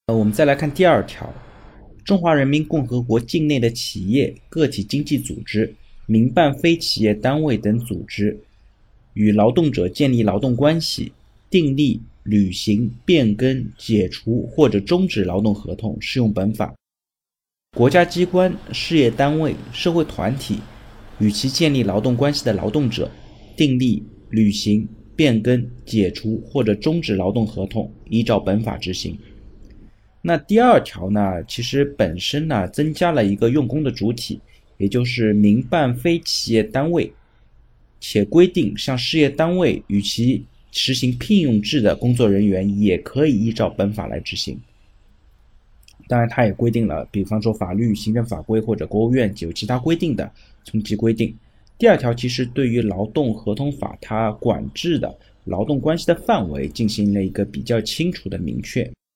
我们再来看第二条，中华人民共和国境内的企业、个体经济组织、民办非企业单位等组织与劳动者建立劳动关系，订立、履行、变更、解除或者终止劳动合同，适用本法。国家机关、事业单位、社会团体与其建立劳动关系的劳动者，订立、履行、变更、解除或者终止劳动合同，依照本法执行。那第二条呢，其实本身呢增加了一个用工的主体，也就是民办非企业单位，且规定向事业单位与其实行聘用制的工作人员也可以依照本法来执行。当然它也规定了，比方说法律、行政法规或者国务院有其他规定的从其规定。第二条其实对于劳动合同法它管制的劳动关系的范围进行了一个比较清楚的明确。